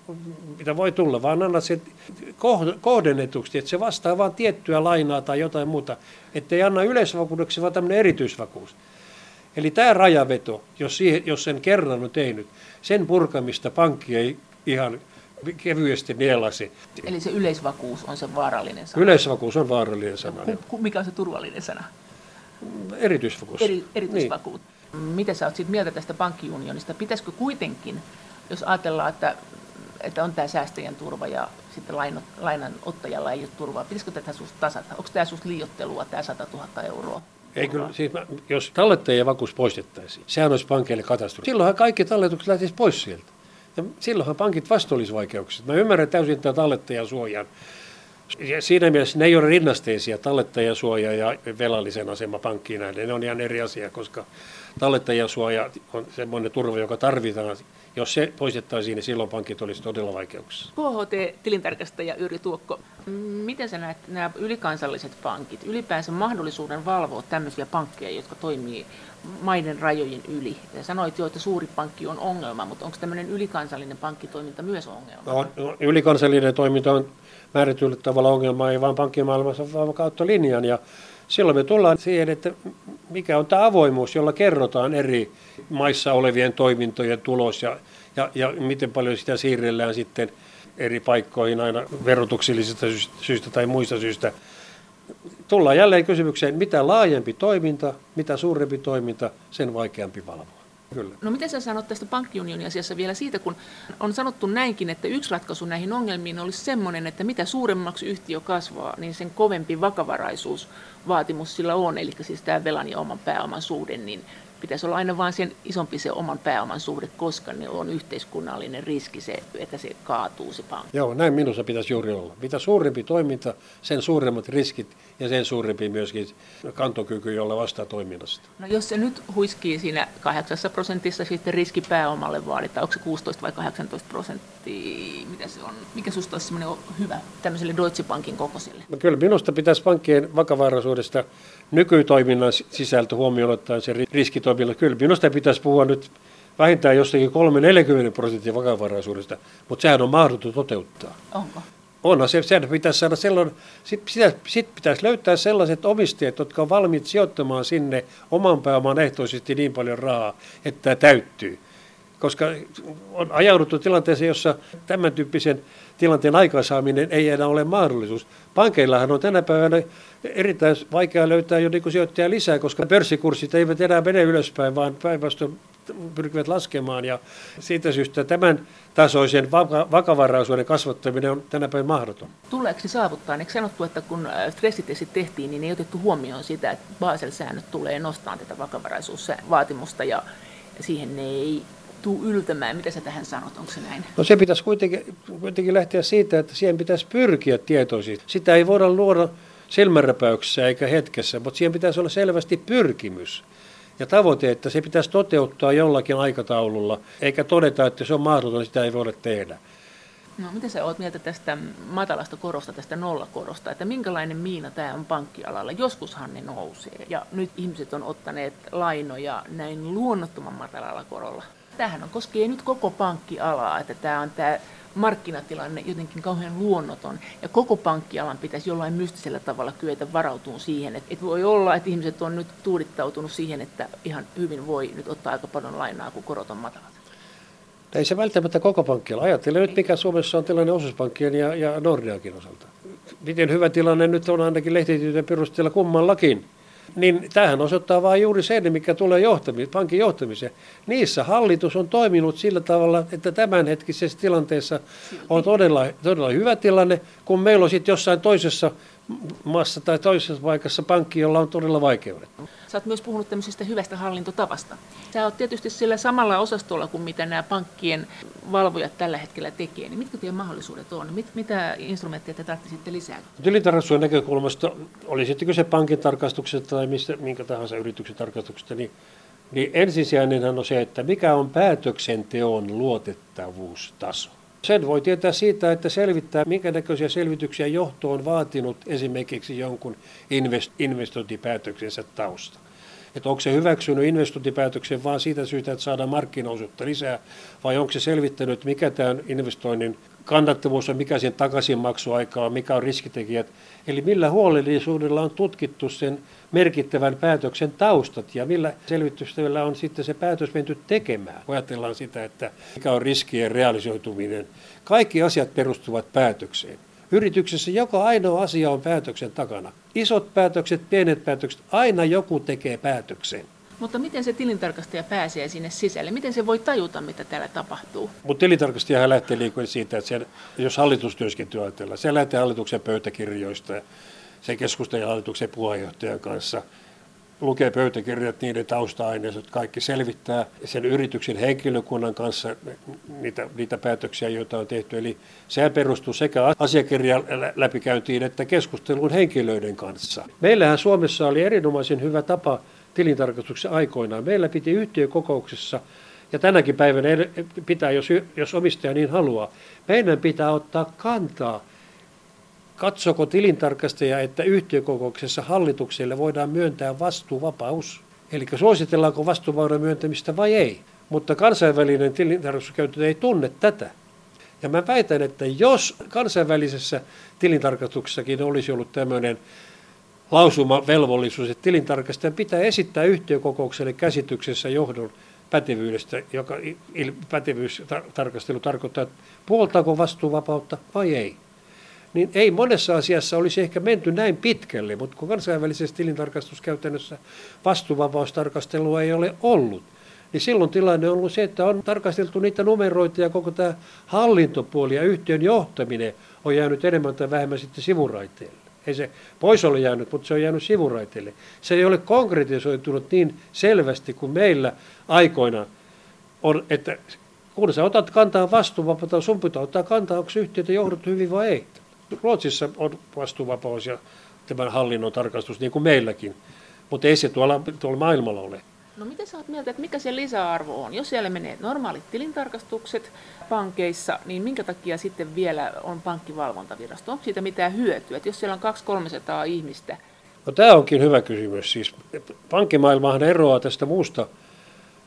mitä voi tulla, vaan anna sen kohdennetuksi, että se vastaa vain tiettyä lainaa tai jotain muuta. Että ei anna yleisvakuudeksi, vaan tämmöinen erityisvakuus. Eli tämä rajaveto, jos sen kerran on tehnyt, sen purkamista pankki ei ihan kevyesti nielasi. Eli se yleisvakuus on se vaarallinen sana? Yleisvakuus on vaarallinen sana. Mikä on se turvallinen sana? Erityisvakuus. Erityisvakuus. Niin. Mitä sä oot siitä mieltä tästä pankkiunionista? Pitäisikö kuitenkin, jos ajatellaan, että on tämä säästäjän turva ja sitten lainanottajalla ei ole turvaa, pitäisikö tätä susta tasata? Onko tämä susta liioittelua, tämä 100 000 euroa? Ei kyllä, siis jos tallettajien vakuus poistettaisiin, sehän olisi pankeille katastrofi. Silloinhan kaikki talletukset lähtisivät pois sieltä. Ja silloinhan pankit vastuullisvaikeuksia. Mä ymmärrän täysin tämän tallettajan suojan. Ja siinä mielessä ne ei ole rinnasteisia, tallettajan suoja ja velallisen asema pankkiin nähden. Ne on ihan eri asia, koska tallettajan suoja on semmoinen turva, joka tarvitaan. Jos se poistettaisiin, niin silloin pankit olisi todella vaikeuksissa. KHT-tilintarkastaja Yrjö Tuokko, miten sä näet nämä ylikansalliset pankit, ylipäänsä mahdollisuuden valvoa tämmöisiä pankkeja, jotka toimii maiden rajojen yli? Ja sanoit jo, että suuri pankki on ongelma, mutta onko tämmöinen ylikansallinen pankkitoiminta myös ongelma? No, ylikansallinen toiminta on määrätyllä tavalla ongelma, ei vain pankkimaailmassa, vaan kautta linjan. Ja silloin me tullaan siihen, että mikä on tämä avoimuus, jolla kerrotaan eri maissa olevien toimintojen tulos ja miten paljon sitä siirrellään sitten eri paikkoihin aina verotuksellisista syistä tai muista syistä. Tullaan jälleen kysymykseen, mitä laajempi toiminta, mitä suurempi toiminta, sen vaikeampi valvoa. Kyllä. No miten sä sanot tästä pankkiunionin asiassa vielä siitä, kun on sanottu näinkin, että yksi ratkaisu näihin ongelmiin olisi semmoinen, että mitä suuremmaksi yhtiö kasvaa, niin sen kovempi vakavaraisuusvaatimus sillä on, eli siis tämä velan ja oman pääoman suhde, niin pitäisi olla aina vain sen isompi se oman pääoman suhde, koska ne on yhteiskunnallinen riski se, että se kaatuu se pankki. Joo, näin minusta pitäisi juuri olla. Mitä suurempi toiminta, sen suuremmat riskit ja sen suurempi myöskin kantokyky, jolla vastaa toiminnasta. No jos se nyt huiskii siinä 8%, sitten riskipääomalle vaaditaan, onko se 16 vai 18%? Mitä se on? Mikä susta olisi semmoinen hyvä tämmöiselle Deutsche Bankin kokoiselle? No kyllä minusta pitäisi pankkien vakavaraisuudesta nykytoiminnan sisältö huomioon ottaen se riskitoiminta. Kyllä minusta pitäisi puhua nyt vähintään jostakin 30-40% vakavaraisuudesta, mutta sehän on mahdoton toteuttaa. Onko? Onhan sehän pitäisi saada sellainen, sit pitäisi löytää sellaiset omistajat, jotka on valmiit sijoittamaan sinne oman pääoman ehtoisesti niin paljon rahaa, että tämä täyttyy. Koska on ajauduttu tilanteeseen, jossa tämän tyyppisen tilanteen aikaansaaminen ei enää ole mahdollisuus. Pankeillahan on tänä päivänä erittäin vaikea löytää jo niin sijoittajia lisää, koska pörssikurssit eivät enää mene ylöspäin, vaan päinvastoin pyrkivät laskemaan. Ja siitä syystä tämän tasoisen vakavaraisuuden kasvattaminen on tänä päivänä mahdoton. Tuleeko se saavuttaa? Eikö sanottu, että kun stressitestit tehtiin, niin ei otettu huomioon sitä, että Basel-säännöt tulee nostamaan tätä vakavaraisuusvaatimusta ja siihen ne ei tule yltämään. Mitä sä tähän sanot? Onko se näin? No se pitäisi kuitenkin lähteä siitä, että siihen pitäisi pyrkiä tietoisesti. Sitä ei voida luoda silmänräpäyksessä eikä hetkessä, mutta siihen pitäisi olla selvästi pyrkimys ja tavoite, että se pitäisi toteuttaa jollakin aikataululla, eikä todeta, että se on mahdoton, sitä ei voida tehdä. No, miten sä oot mieltä tästä matalasta korosta, tästä nollakorosta, että minkälainen miina tämä on pankkialalla? Joskushan ne nousee ja nyt ihmiset on ottaneet lainoja näin luonnottoman matalalla korolla. Tämähän koskee nyt koko pankkialaa, että tämä on tämä markkinatilanne jotenkin kauhean luonnoton ja koko pankkialan pitäisi jollain mystisellä tavalla kyetä varautumaan siihen, että voi olla, että ihmiset on nyt tuudittautunut siihen, että ihan hyvin voi nyt ottaa aika paljon lainaa, kun korot on matalat. Ei se välttämättä koko pankkiala. Ajattelen nyt, mikä Suomessa on tilanne osuuspankkien ja Nordeakin osalta. Miten hyvä tilanne nyt on ainakin lehtitietojen perusteella kummallakin. Niin tämähän osoittaa vain juuri sen, mikä tulee pankin johtamiseen. Niissä hallitus on toiminut sillä tavalla, että tämänhetkisessä tilanteessa on todella hyvä tilanne, kun meillä on sitten jossain toisessa maassa tai toisessa paikassa pankki, jolla on todella vaikeudet. Sä oot myös puhunut tämmöisestä hyvästä hallintotavasta. Sä oot tietysti sillä samalla osastolla kuin mitä nämä pankkien valvojat tällä hetkellä tekee. Niin mitkä teidän mahdollisuudet on? Mitä instrumentteja te tarvitsisitte lisää? Tilintarkastuksen näkökulmasta, oli sitten kyse pankin tarkastuksesta tai minkä tahansa yrityksen tarkastuksesta, niin ensisijainenhan on se, että mikä on päätöksenteon luotettavuustaso. Sen voi tietää siitä, että selvittää, minkä näköisiä selvityksiä johto on vaatinut esimerkiksi jonkun investointipäätöksensä tausta. Että onko se hyväksynyt investointipäätöksen vaan siitä syystä, että saadaan markkinaosuutta lisää, vai onko se selvittänyt, mikä tämän investoinnin kannattavuus on, mikä sen takaisinmaksuaika on, mikä on riskitekijät. Eli millä huolellisuudella on tutkittu sen merkittävän päätöksen taustat ja millä selvityksellä on sitten se päätös menty tekemään. Ajatellaan sitä, että mikä on riskien realisoituminen. Kaikki asiat perustuvat päätökseen. Yrityksessä joka ainoa asia on päätöksen takana. Isot päätökset, pienet päätökset, aina joku tekee päätöksen. Mutta miten se tilintarkastaja pääsee sinne sisälle? Miten se voi tajuta, mitä täällä tapahtuu? Mutta tilintarkastajahan lähtee liikkeelle siitä, että jos hallitustyöskentely ajatellaan, se lähtee hallituksen pöytäkirjoista ja se keskustelee hallituksen puheenjohtajan kanssa, lukee pöytäkirjat, niiden tausta-aineistot, kaikki selvittää sen yrityksen henkilökunnan kanssa niitä päätöksiä, joita on tehty. Eli sehän perustuu sekä asiakirjan läpikäyntiin että keskusteluun henkilöiden kanssa. Meillähän Suomessa oli erinomaisen hyvä tapa tilintarkastuksen aikoinaan. Meillä piti yhtiökokouksessa, ja tänäkin päivänä pitää, jos omistaja niin haluaa, meidän pitää ottaa kantaa, katsoko tilintarkastaja, että yhtiökokouksessa hallitukselle voidaan myöntää vastuuvapaus. Eli suositellaanko vastuuvapauden myöntämistä vai ei. Mutta kansainvälinen tilintarkastuskäytäntö ei tunne tätä. Ja mä väitän, että jos kansainvälisessä tilintarkastuksessakin olisi ollut tämmöinen lausumavelvollisuus, että tilintarkastajan pitää esittää yhtiökokoukselle käsityksessä johdon pätevyydestä, joka pätevyystarkastelu tarkoittaa, että puoltaako vastuuvapautta vai ei. Niin ei monessa asiassa olisi ehkä menty näin pitkälle, mutta kun kansainvälisessä tilintarkastuskäytännössä vastuuvapaustarkastelua ei ole ollut, niin silloin tilanne on ollut se, että on tarkasteltu niitä numeroita ja koko tämä hallintopuoli ja yhtiön johtaminen on jäänyt enemmän tai vähemmän sitten sivuraiteille. Ei se pois ole jäänyt, mutta se on jäänyt sivuraiteille. Se ei ole konkretisoitunut niin selvästi kuin meillä aikoina on, että kun sä otat kantaa vastuuvapautta, sun pitää ottaa kantaa, onko yhtiötä johdettu hyvin vai ei. Ruotsissa on vastuuvapaus ja tämän hallinnon tarkastus niin kuin meilläkin, mutta ei se tuolla maailmalla ole. No miten sä oot mieltä, että mikä se lisäarvo on? Jos siellä menee normaalit tilintarkastukset pankeissa, niin minkä takia sitten vielä on pankkivalvontavirasto? Onko siitä mitään hyötyä? Että jos siellä on 200-300 ihmistä? No tämä onkin hyvä kysymys. Siis pankkimaailmahan eroaa tästä muusta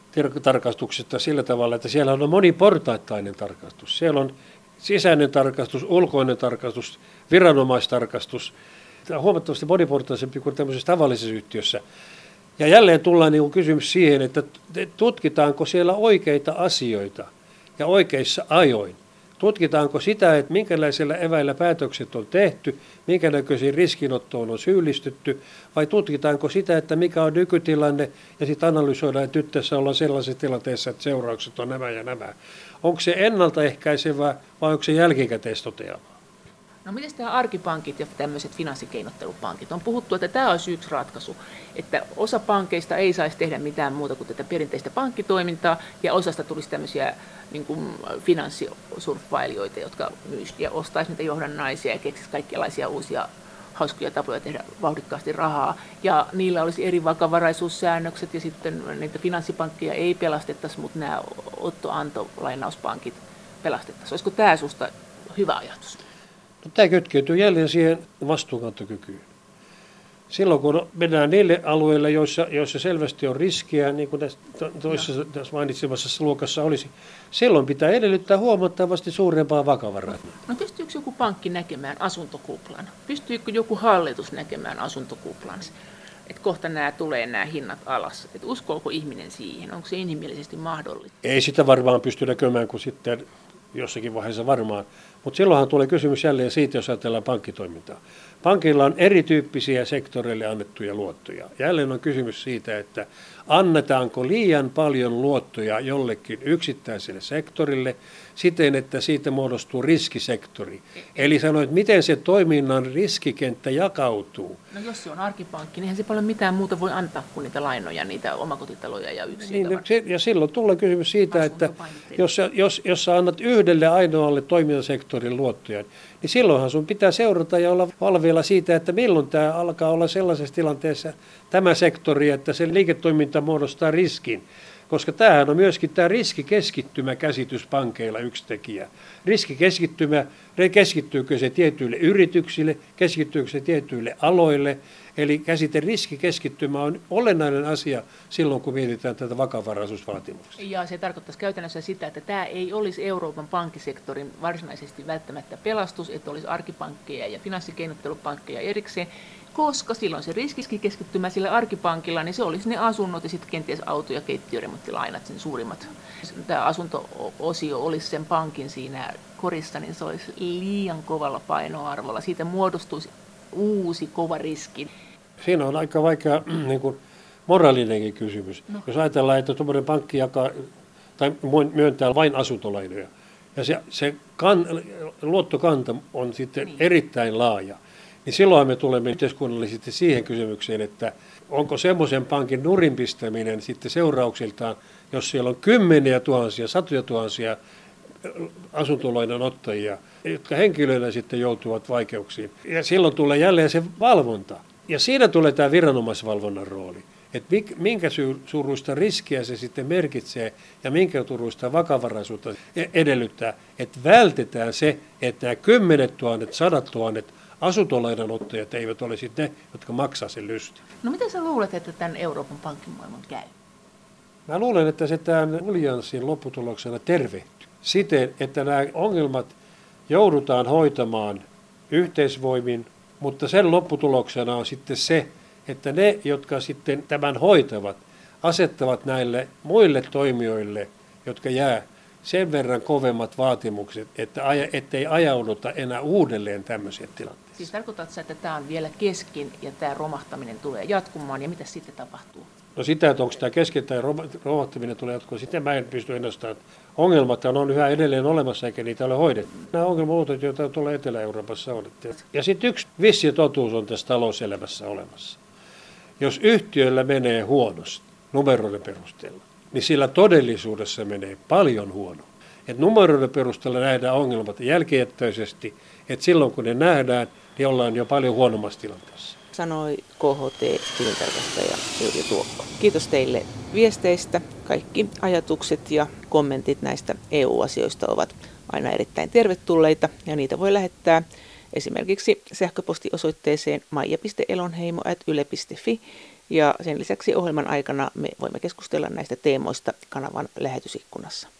tarkastuksesta sillä tavalla, että siellä on moniportaittainen tarkastus. Siellä on sisäinen tarkastus, ulkoinen tarkastus, viranomaistarkastus. Tämä on huomattavasti moniportaisempi kuin tämmöisessä tavallisessa yhtiössä. Ja jälleen tullaan niin kysymys siihen, että tutkitaanko siellä oikeita asioita ja oikeissa ajoin. Tutkitaanko sitä, että minkälaisilla eväillä päätökset on tehty, minkä näköisiin riskinottoon on syyllistytty, vai tutkitaanko sitä, että mikä on nykytilanne, ja sitten analysoidaan, että nyt tässä ollaan sellaisessa tilanteessa, että seuraukset on nämä ja nämä. Onko se ennaltaehkäisevää vai onko se jälkikäteistoteavaa? No miten tämä arkipankit ja tämmöiset finanssikeinottelupankit? On puhuttu, että tämä olisi yksi ratkaisu, että osa pankeista ei saisi tehdä mitään muuta kuin tätä perinteistä pankkitoimintaa, ja osasta tulisi tämmöisiä niin kuin finanssisurffailijoita, jotka myisivät ja ostaisi niitä johdannaisia ja keksisi kaikenlaisia uusia hauskoja tapoja tehdä vauhdikkaasti rahaa. Ja niillä olisi eri vakavaraisuussäännökset, ja sitten niitä finanssipankkeja ei pelastettaisi, mutta nämä otto-anto-lainauspankit pelastettaisiin. Olisiko tämä sinusta hyvä ajatus? No, tämä kytkeytyy jälleen siihen vastuunkantokykyyn. Silloin kun mennään niille alueille, joissa selvästi on riskiä, niin kuin tässä mainitsemassa luokassa olisi, silloin pitää edellyttää huomattavasti suurempaa vakavaraisuutta. No pystyykö joku pankki näkemään asuntokuplan? Pystyykö joku hallitus näkemään asuntokuplan? Että kohta nämä hinnat alas. Että uskooko ihminen siihen? Onko se inhimillisesti mahdollista? Ei sitä varmaan pysty näkemään kuin sitten jossakin vaiheessa varmaan. Mutta silloinhan tulee kysymys jälleen siitä, jos ajatellaan pankkitoimintaa. Pankilla on erityyppisiä sektoreille annettuja luottoja. Jälleen on kysymys siitä, että annetaanko liian paljon luottoja jollekin yksittäiselle sektorille siten, että siitä muodostuu riskisektori. Eli sanoit, miten se toiminnan riskikenttä jakautuu. No jos se on arkipankki, niin eihän se paljon mitään muuta voi antaa kuin niitä lainoja, niitä omakotitaloja ja yksiöitä. Niin, ja silloin tulee kysymys siitä, että jos sä annat yhdelle ainoalle toimintasektorin luottoja, niin silloinhan sun pitää seurata ja olla valveilla siitä, että milloin tämä alkaa olla sellaisessa tilanteessa tämä sektori, että se liiketoiminta muodostaa riskin. Koska tämähän on myöskin tämä riskikeskittymä-käsitys pankeilla yksi tekijä. Riskikeskittymä, keskittyykö se tietyille yrityksille, keskittyykö se tietyille aloille. Eli käsite riskikeskittymä on olennainen asia silloin, kun mietitään tätä vakavaraisuusvaatimuksia. Ja se tarkoittaisi käytännössä sitä, että tämä ei olisi Euroopan pankkisektorin varsinaisesti välttämättä pelastus, että olisi arkipankkeja ja finanssikeinottelupankkeja erikseen, koska silloin se riskikeskittymä sillä arkipankilla, niin se olisi ne asunnot ja sitten kenties auto- ja keittiöremonttilainat, sen suurimmat. Tämä asunto-osio olisi sen pankin siinä korissa, niin se olisi liian kovalla painoarvolla. Siitä muodostuisi uusi kova riski. Siinä on aika vaikea niin kuin moraalinenkin kysymys. No. Jos ajatellaan, että tuommoinen pankki jakaa tai myöntää vain asuntolainoja, ja se luottokanta on sitten erittäin laaja, niin silloin me tulemme yhteiskunnallisesti siihen kysymykseen, että onko semmoisen pankin nurinpistäminen sitten seurauksiltaan, jos siellä on kymmeniä tuhansia, satoja tuhansia asuntolainan ottajia, jotka henkilöinä sitten joutuvat vaikeuksiin. Ja silloin tulee jälleen se valvonta. Ja siinä tulee tämä viranomaisvalvonnan rooli. Että minkä suuruista riskiä se sitten merkitsee ja minkä suuruista vakavaraisuutta edellyttää. Että vältetään se, että nämä 10 000, 100 000 asuntolainanottajat eivät ole sitten ne, jotka maksaa sen lystin. No miten sä luulet, että tämän Euroopan pankkimaailman käy? Mä luulen, että se tämän uljanssin lopputuloksena tervehtyy siten, että nämä ongelmat joudutaan hoitamaan yhteisvoimin, mutta sen lopputuloksena on sitten se, että ne, jotka sitten tämän hoitavat, asettavat näille muille toimijoille, jotka jää sen verran kovemmat vaatimukset, että ettei ajauduta enää uudelleen tämmöisiä tilanteita. Siis tarkoitatko, että tämä on vielä kesken ja tämä romahtaminen tulee jatkumaan ja mitä sitten tapahtuu? No sitä, että onko tämä kesken tai romahtaminen tulee jatkumaan, sitten mä en pysty ennustamaan. Ongelmat on yhä edelleen olemassa eikä niitä ole hoidettu. Nämä ongelmat, joita tuolla Etelä-Euroopassa on. Ja sitten yksi vissi totuus on tässä talouselämässä olemassa. Jos yhtiöllä menee huonosti numeroiden perusteella, niin sillä todellisuudessa menee paljon huonommin. Että numeroiden perusteella nähdään ongelmat jälkijättöisesti, että silloin kun ne nähdään, niin ollaan jo paljon huonommassa tilanteessa. Sanoi KHT-tilintarkastaja Yrjö Tuokko. Kiitos teille viesteistä. Kaikki ajatukset ja kommentit näistä EU-asioista ovat aina erittäin tervetulleita ja niitä voi lähettää esimerkiksi sähköpostiosoitteeseen maija.elonheimo@yle.fi. Ja sen lisäksi ohjelman aikana me voimme keskustella näistä teemoista kanavan lähetysikkunassa.